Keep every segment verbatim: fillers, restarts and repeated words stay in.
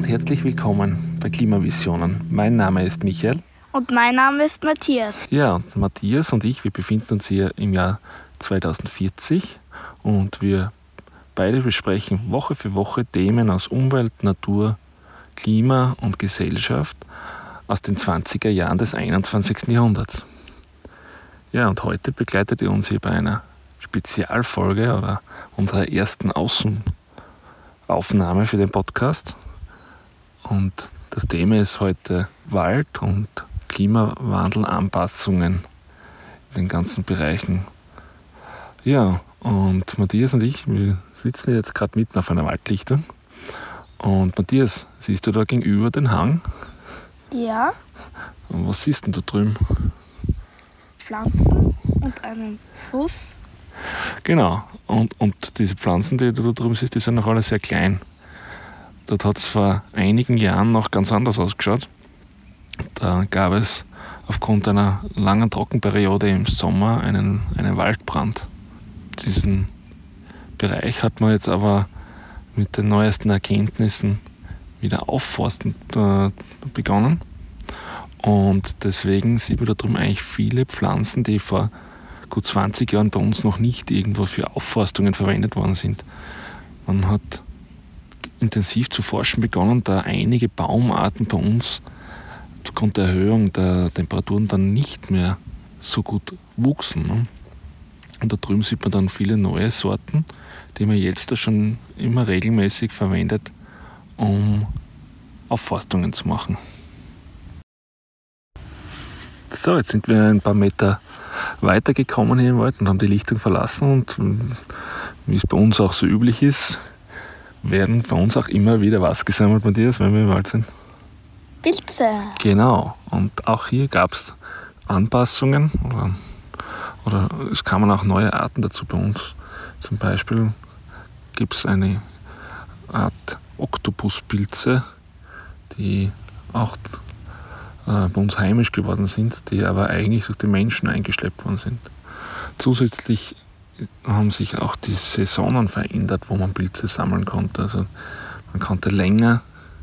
und herzlich willkommen bei Klimavisionen. Mein Name ist Michael. Und mein Name ist Matthias. Ja, Matthias und ich, wir befinden uns hier im Jahr zweitausendvierzig und wir beide besprechen Woche für Woche Themen aus Umwelt, Natur, Klima und Gesellschaft aus den zwanziger Jahren des einundzwanzigsten Jahrhunderts. Ja, und heute begleitet ihr uns hier bei einer Spezialfolge oder unserer ersten Außenaufnahme für den Podcast. Und das Thema ist heute Wald und Klimawandelanpassungen in den ganzen Bereichen. Ja, und Matthias und ich, wir sitzen jetzt gerade mitten auf einer Waldlichtung. Und Matthias, siehst du da gegenüber den Hang? Ja. Und was siehst du da drüben? Pflanzen und einen Fluss. Genau, und, und diese Pflanzen, die du da drüben siehst, die sind noch alle sehr klein. Dort hat es vor einigen Jahren noch ganz anders ausgeschaut. Da gab es aufgrund einer langen Trockenperiode im Sommer einen, einen Waldbrand. Diesen Bereich hat man jetzt aber mit den neuesten Erkenntnissen wieder aufforsten äh, begonnen. Und deswegen sieht man da drüben eigentlich viele Pflanzen, die vor gut zwanzig Jahren bei uns noch nicht irgendwo für Aufforstungen verwendet worden sind. Man hat intensiv zu forschen begonnen, da einige Baumarten bei uns aufgrund der Erhöhung der Temperaturen dann nicht mehr so gut wuchsen. Ne? Und da drüben sieht man dann viele neue Sorten, die man jetzt da schon immer regelmäßig verwendet, um Aufforstungen zu machen. So, jetzt sind wir ein paar Meter weitergekommen hier im Wald und haben die Lichtung verlassen. Und wie es bei uns auch so üblich ist, werden bei uns auch immer wieder was gesammelt, Matthias, wenn wir im Wald sind. Pilze. Genau. Und auch hier gab es Anpassungen oder, oder es kamen auch neue Arten dazu bei uns. Zum Beispiel gibt es eine Art Oktopuspilze, die auch äh, bei uns heimisch geworden sind, die aber eigentlich durch die Menschen eingeschleppt worden sind. Zusätzlich haben sich auch die Saisonen verändert, wo man Pilze sammeln konnte. Also man konnte länger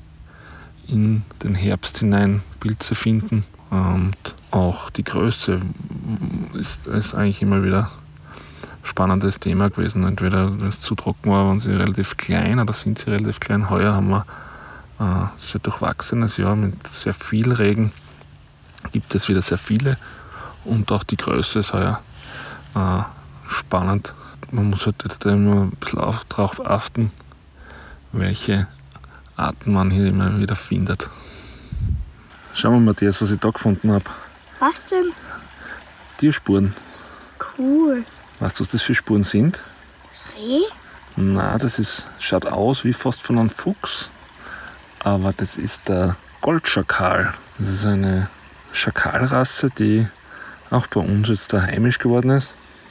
in den Herbst hinein Pilze finden und auch die Größe ist, ist eigentlich immer wieder ein spannendes Thema gewesen. Entweder wenn es zu trocken war, waren sie relativ klein oder sind sie relativ klein. Heuer haben wir ein sehr durchwachsenes Jahr mit sehr viel Regen. Gibt es wieder sehr viele und auch die Größe ist heuer äh, spannend. Man muss halt jetzt immer ein bisschen auf, darauf achten, welche Arten man hier immer wieder findet. Schauen wir mal, Matthias, was ich da gefunden habe. Was denn? Tierspuren. Cool. Weißt du, was das für Spuren sind? Reh? Na, das ist, schaut aus wie fast von einem Fuchs. Aber das ist der Goldschakal. Das ist eine Schakalrasse, die auch bei uns jetzt da heimisch geworden ist.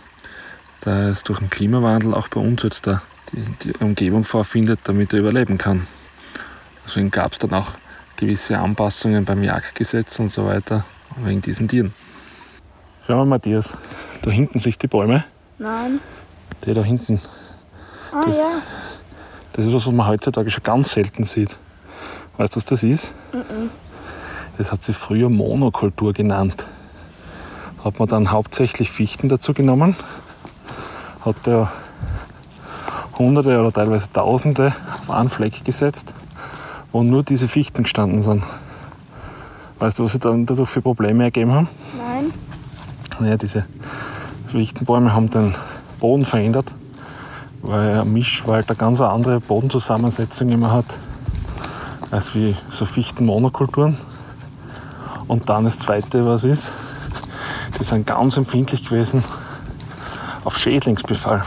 Da es durch den Klimawandel auch bei uns jetzt da die, die Umgebung vorfindet, damit er überleben kann. Deswegen gab es dann auch gewisse Anpassungen beim Jagdgesetz und so weiter wegen diesen Tieren. Schau mal, Matthias, da hinten siehst du die Bäume? Nein. Die da hinten. Ah das, ja. Das ist was, was man heutzutage schon ganz selten sieht. Weißt du, was das ist? Mhm. Das hat sich früher Monokultur genannt. Da hat man dann hauptsächlich Fichten dazu genommen, hat da Hunderte oder teilweise Tausende auf einen Fleck gesetzt, wo nur diese Fichten gestanden sind. Weißt du, was sich dann dadurch für Probleme ergeben haben? Nein. Naja, diese Fichtenbäume haben den Boden verändert, weil ein Mischwald eine ganz andere Bodenzusammensetzung immer hat, als wie so Fichtenmonokulturen. Und dann das Zweite, was ist, die sind ganz empfindlich gewesen auf Schädlingsbefall.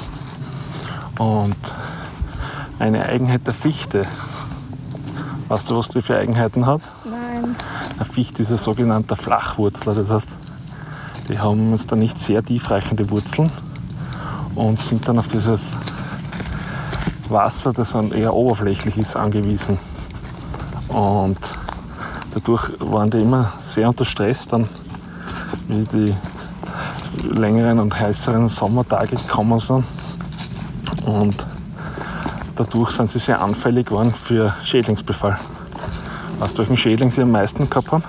Und eine Eigenheit der Fichte, weißt du, was die für Eigenheiten hat? Nein. Eine Fichte ist ein sogenannter Flachwurzler, das heißt, die haben jetzt dann nicht sehr tiefreichende Wurzeln und sind dann auf dieses Wasser, das dann eher oberflächlich ist, angewiesen. Und dadurch waren die immer sehr unter Stress, dann, wie die längeren und heißeren Sommertage gekommen sind. Und dadurch sind sie sehr anfällig geworden für Schädlingsbefall. Weißt du, welchen Schädling sie am meisten gehabt haben?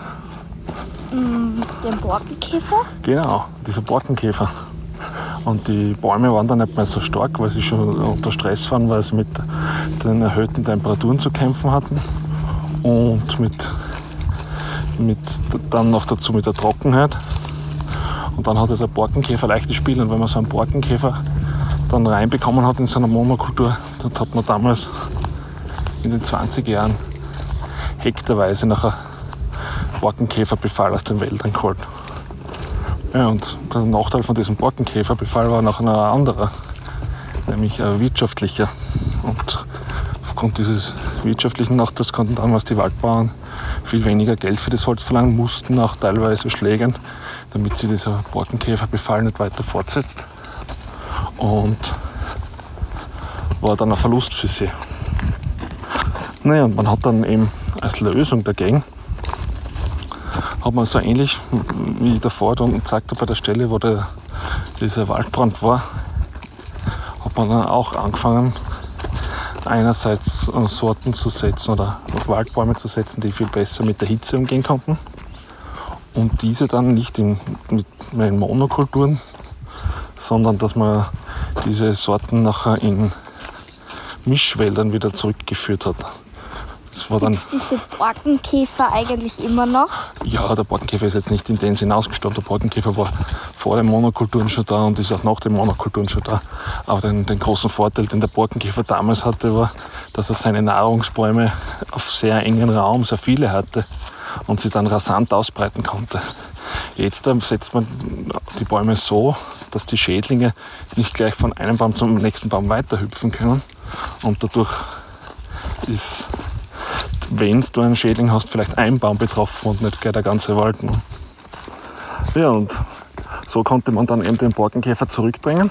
Den Borkenkäfer? Genau, dieser Borkenkäfer. Und die Bäume waren dann nicht mehr so stark, weil sie schon unter Stress waren, weil sie mit den erhöhten Temperaturen zu kämpfen hatten. Und mit, mit dann noch dazu mit der Trockenheit. Und dann hatte der Borkenkäfer leichtes Spiel. Und wenn man so einen Borkenkäfer dann reinbekommen hat in seiner Monokultur, dann hat man damals in den zwanziger Jahren hektarweise nachher Borkenkäferbefall aus den Wäldern geholt. Ja, und der Nachteil von diesem Borkenkäferbefall war noch ein anderer, nämlich ein wirtschaftlicher. Und aufgrund dieses wirtschaftlichen Nachteils konnten damals die Waldbauern viel weniger Geld für das Holz verlangen, mussten auch teilweise schlägern, damit sie dieser Borkenkäferbefall nicht weiter fortsetzt. Und war dann ein Verlust für sie. Naja, und man hat dann eben als Lösung dagegen hat man so ähnlich wie davor da unten gezeigt habe bei der Stelle, wo der, dieser Waldbrand war, hat man dann auch angefangen, einerseits Sorten zu setzen oder Waldbäume zu setzen, die viel besser mit der Hitze umgehen konnten und diese dann nicht in, mit in Monokulturen, sondern dass man diese Sorten nachher in Mischwäldern wieder zurückgeführt hat. Gibt es diese Borkenkäfer eigentlich immer noch? Ja, der Borkenkäfer ist jetzt nicht in den Sinn ausgestorben. Der Borkenkäfer war vor den Monokulturen schon da und ist auch nach den Monokulturen schon da. Aber den, den großen Vorteil, den der Borkenkäfer damals hatte, war, dass er seine Nahrungsbäume auf sehr engen Raum, sehr viele hatte und sie dann rasant ausbreiten konnte. Jetzt setzt man die Bäume so, dass die Schädlinge nicht gleich von einem Baum zum nächsten Baum weiterhüpfen können und dadurch ist, wenn du einen Schädling hast, vielleicht ein Baum betroffen und nicht gleich der ganze Wald. Ja, und so konnte man dann eben den Borkenkäfer zurückdrängen.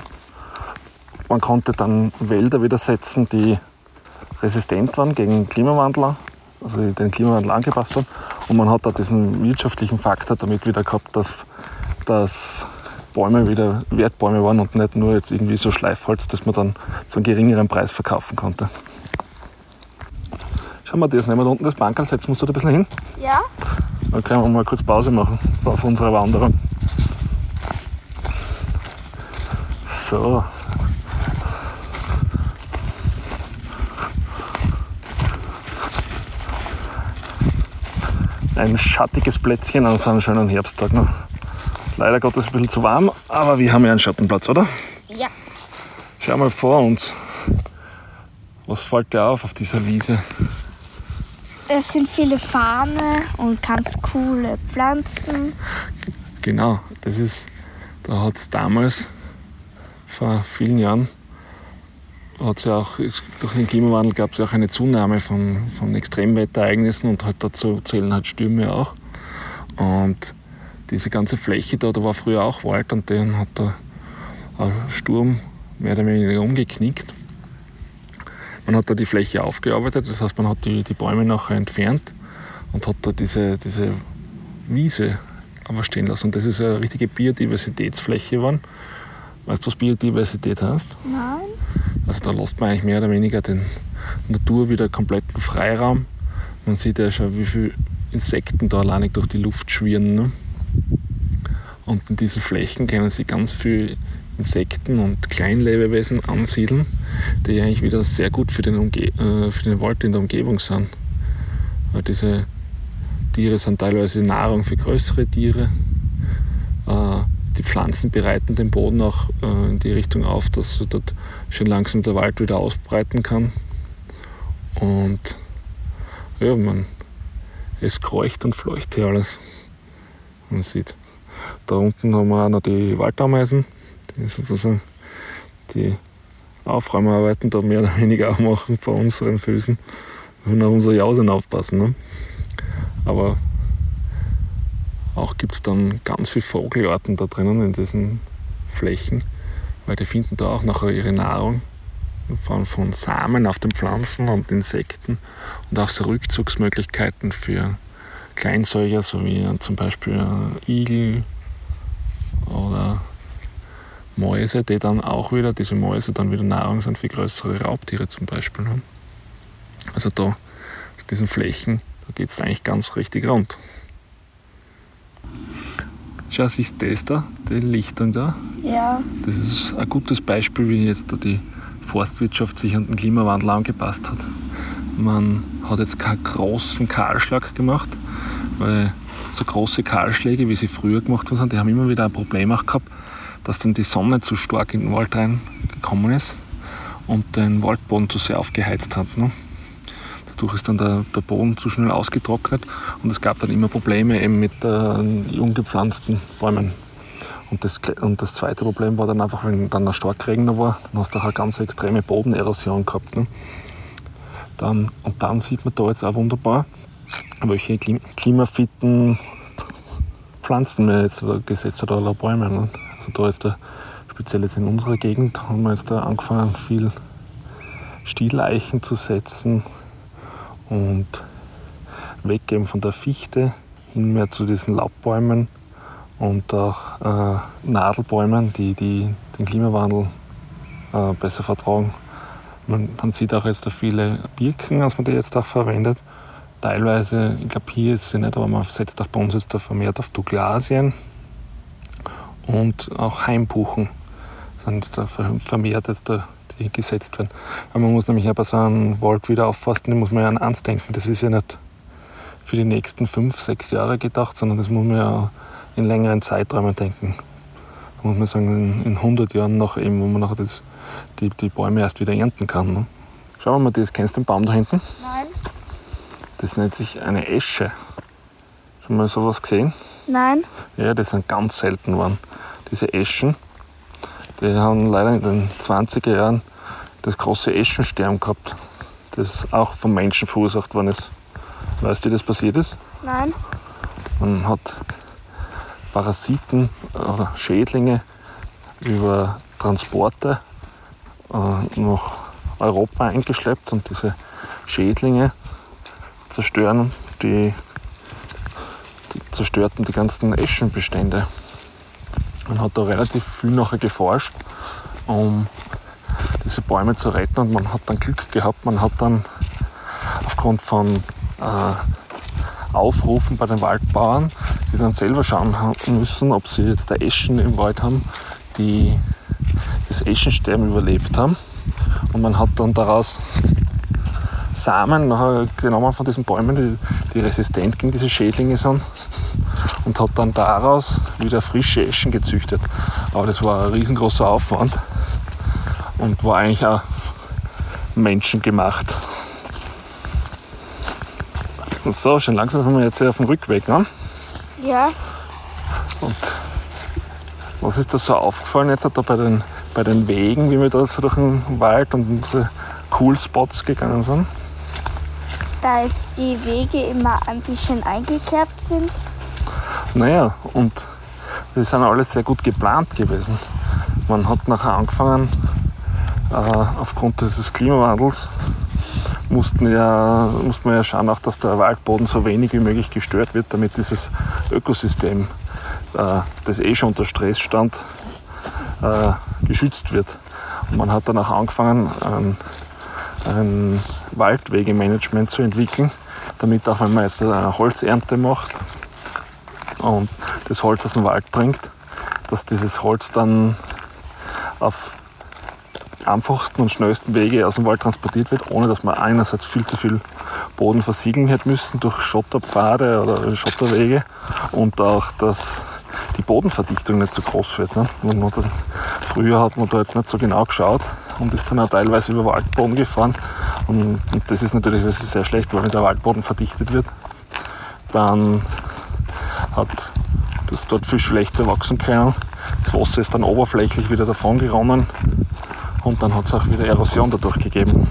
Man konnte dann Wälder wieder setzen, die resistent waren gegen Klimawandel, also die den Klimawandel angepasst waren. Und man hat da diesen wirtschaftlichen Faktor damit wieder gehabt, dass, dass Bäume wieder Wertbäume waren und nicht nur jetzt irgendwie so Schleifholz, das man dann zu einem geringeren Preis verkaufen konnte. Schau mal, das nehmen wir da unten das Bankerl, setzen wir uns da ein bisschen hin. Ja. Dann können wir mal kurz Pause machen auf unserer Wanderung. So. Ein schattiges Plätzchen an so einem schönen Herbsttag noch. Leider Gottes ein bisschen zu warm, aber wir haben ja einen Schattenplatz, oder? Ja. Schau mal vor uns. Was fällt dir auf auf dieser Wiese? Es sind viele Farne und ganz coole Pflanzen. Genau, das ist, da hat es damals, vor vielen Jahren, hat's ja auch, ist, durch den Klimawandel gab es ja auch eine Zunahme von, von Extremwetterereignissen und halt dazu zählen halt Stürme auch. Und diese ganze Fläche da, da war früher auch Wald und den hat der Sturm mehr oder weniger umgeknickt. Man hat da die Fläche aufgearbeitet, das heißt, man hat die, die Bäume nachher entfernt und hat da diese, diese Wiese aber stehen lassen. Und das ist eine richtige Biodiversitätsfläche geworden. Weißt du, was Biodiversität heißt? Nein. Also da lässt man eigentlich mehr oder weniger den Natur wieder kompletten Freiraum. Man sieht ja schon, wie viele Insekten da alleinig durch die Luft schwirren. Ne? Und in diesen Flächen können sie ganz viele Insekten und Kleinlebewesen ansiedeln, die eigentlich wieder sehr gut für den, Umge- äh, für den Wald in der Umgebung sind. Weil diese Tiere sind teilweise Nahrung für größere Tiere. Äh, die Pflanzen bereiten den Boden auch äh, in die Richtung auf, dass sich dort schön langsam der Wald wieder ausbreiten kann. Und ja, man, es kreucht und fleucht hier alles. Man sieht, da unten haben wir auch noch die Waldameisen, die sozusagen die Aufräumarbeiten da mehr oder weniger auch machen vor unseren Füßen. Wir müssen auf unsere Jausen aufpassen. Ne? Aber auch gibt es dann ganz viele Vogelarten da drinnen in diesen Flächen, weil die finden da auch nachher ihre Nahrung von, von Samen auf den Pflanzen und Insekten und auch so Rückzugsmöglichkeiten für Kleinsäuger, so wie zum Beispiel Igel oder Mäuse, die dann auch wieder, diese Mäuse dann wieder Nahrung sind für größere Raubtiere zum Beispiel. Ne? Also da, auf diesen Flächen, da geht es eigentlich ganz richtig rund. Schau, siehst du das da, die Lichtung da? Ja. Das ist ein gutes Beispiel, wie jetzt da die Forstwirtschaft sich an den Klimawandel angepasst hat. Man hat jetzt keinen großen Kahlschlag gemacht, weil so große Kahlschläge, wie sie früher gemacht worden sind, die haben immer wieder ein Problem auch gehabt, dass dann die Sonne zu stark in den Wald reingekommen ist und den Waldboden zu sehr aufgeheizt hat. Ne? Dadurch ist dann der, der Boden zu schnell ausgetrocknet und es gab dann immer Probleme eben mit äh, jung gepflanzten Bäumen. Und das, und das zweite Problem war dann einfach, wenn dann ein Starkregner war, dann hast du auch eine ganz extreme Bodenerosion gehabt. Ne? Dann, und dann sieht man da jetzt auch wunderbar, welche klim- klimafitten Pflanzen wir jetzt da gesetzt hat oder Bäume. Ne? Also da jetzt da, speziell jetzt in unserer Gegend haben wir jetzt da angefangen, viel Stieleichen zu setzen und weggehen von der Fichte hin mehr zu diesen Laubbäumen und auch äh, Nadelbäumen, die, die den Klimawandel äh, besser vertragen. Man, man sieht auch jetzt da viele Birken, als man die jetzt auch verwendet. Teilweise, ich glaube hier ist sie nicht, aber man setzt auch bei uns jetzt da vermehrt auf Douglasien und auch Hainbuchen sind jetzt da vermehrt jetzt da, die gesetzt werden. Aber man muss nämlich ja bei so einem Wald wieder auffassen, da muss man ja an eins denken. Das ist ja nicht für die nächsten fünf, sechs Jahre gedacht, sondern das muss man ja in längeren Zeiträumen denken. Da muss man sagen, in hundert Jahren noch eben, wo man nachher das, die, die Bäume erst wieder ernten kann. Ne? Schauen wir mal das. Kennst du den Baum da hinten? Nein. Das nennt sich eine Esche. Schon mal sowas gesehen? Nein. Ja, die sind ganz selten geworden. Diese Eschen, die haben leider in den zwanziger Jahren das große Eschensterben gehabt, das auch vom Menschen verursacht worden ist. Weißt du, wie das passiert ist? Nein. Man hat Parasiten oder Schädlinge über Transporte äh, nach Europa eingeschleppt und diese Schädlinge zerstören die, die zerstörten die ganzen Eschenbestände. Man hat da relativ viel nachher geforscht, um diese Bäume zu retten und man hat dann Glück gehabt. Man hat dann aufgrund von äh, Aufrufen bei den Waldbauern, die dann selber schauen müssen, ob sie jetzt da Eschen im Wald haben, die das Eschensterben überlebt haben. Und man hat dann daraus Samen nachher genommen von diesen Bäumen, die, die resistent gegen diese Schädlinge sind, und hat dann daraus wieder frische Eschen gezüchtet. Aber das war ein riesengroßer Aufwand und war eigentlich auch menschengemacht. Und so, schon langsam sind wir jetzt auf dem Rückweg. Ne? Ja. Und was ist da so aufgefallen jetzt da bei den, bei den Wegen, wie wir da so durch den Wald und unsere Cool Spots gegangen sind? Da die Wege immer ein bisschen eingekerbt sind. Naja, und die sind alles sehr gut geplant gewesen. Man hat nachher angefangen, äh, aufgrund dieses Klimawandels, mussten ja, musste man ja schauen, auch, dass der Waldboden so wenig wie möglich gestört wird, damit dieses Ökosystem, äh, das eh schon unter Stress stand, äh, geschützt wird. Und man hat dann auch angefangen, ein, ein Waldwegemanagement zu entwickeln, damit auch wenn man jetzt eine Holzernte macht und das Holz aus dem Wald bringt, dass dieses Holz dann auf einfachsten und schnellsten Wege aus dem Wald transportiert wird, ohne dass man einerseits viel zu viel Boden versiegeln hätte müssen durch Schotterpfade oder Schotterwege und auch, dass die Bodenverdichtung nicht so groß wird. Ne? Man hat dann, früher hat man da jetzt nicht so genau geschaut und ist dann auch teilweise über Waldboden gefahren und, und das ist natürlich das ist sehr schlecht, weil wenn der Waldboden verdichtet wird, dann hat das dort viel schlechter wachsen können. Das Wasser ist dann oberflächlich wieder davon geronnen und dann hat es auch wieder Erosion dadurch gegeben.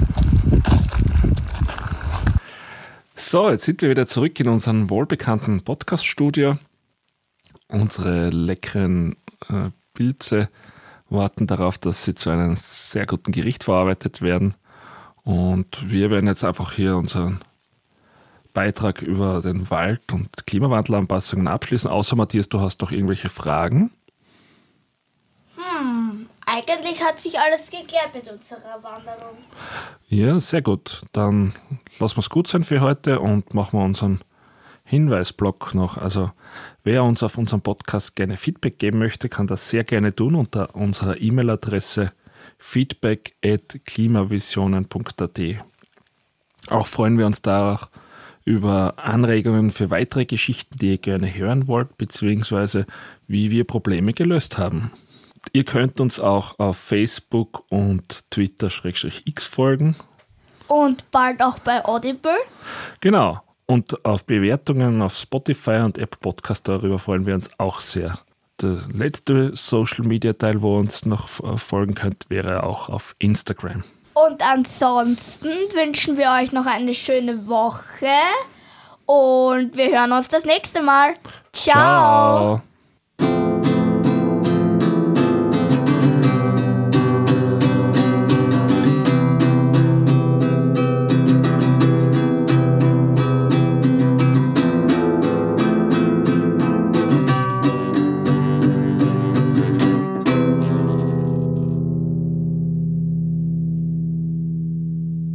So, jetzt sind wir wieder zurück in unserem wohlbekannten Podcast-Studio. Unsere leckeren äh, Pilze warten darauf, dass sie zu einem sehr guten Gericht verarbeitet werden. Und wir werden jetzt einfach hier unseren Beitrag über den Wald und Klimawandelanpassungen abschließen. Außer Matthias, du hast doch irgendwelche Fragen? Hm. eigentlich hat sich alles geklärt mit unserer Wanderung. Ja, sehr gut. Dann lassen wir es gut sein für heute und machen wir unseren Hinweisblock noch. Also wer uns auf unserem Podcast gerne Feedback geben möchte, kann das sehr gerne tun unter unserer E-Mail-Adresse feedback at klimavisionen punkt a t. Auch freuen wir uns da auch über Anregungen für weitere Geschichten, die ihr gerne hören wollt, beziehungsweise wie wir Probleme gelöst haben. Ihr könnt uns auch auf Facebook und Twitter-X folgen. Und bald auch bei Audible. Genau. Und auf Bewertungen auf Spotify und Apple Podcast, darüber freuen wir uns auch sehr. Der letzte Social-Media-Teil, wo ihr uns noch folgen könnt, wäre auch auf Instagram. Und ansonsten wünschen wir euch noch eine schöne Woche und wir hören uns das nächste Mal. Ciao. Ciao.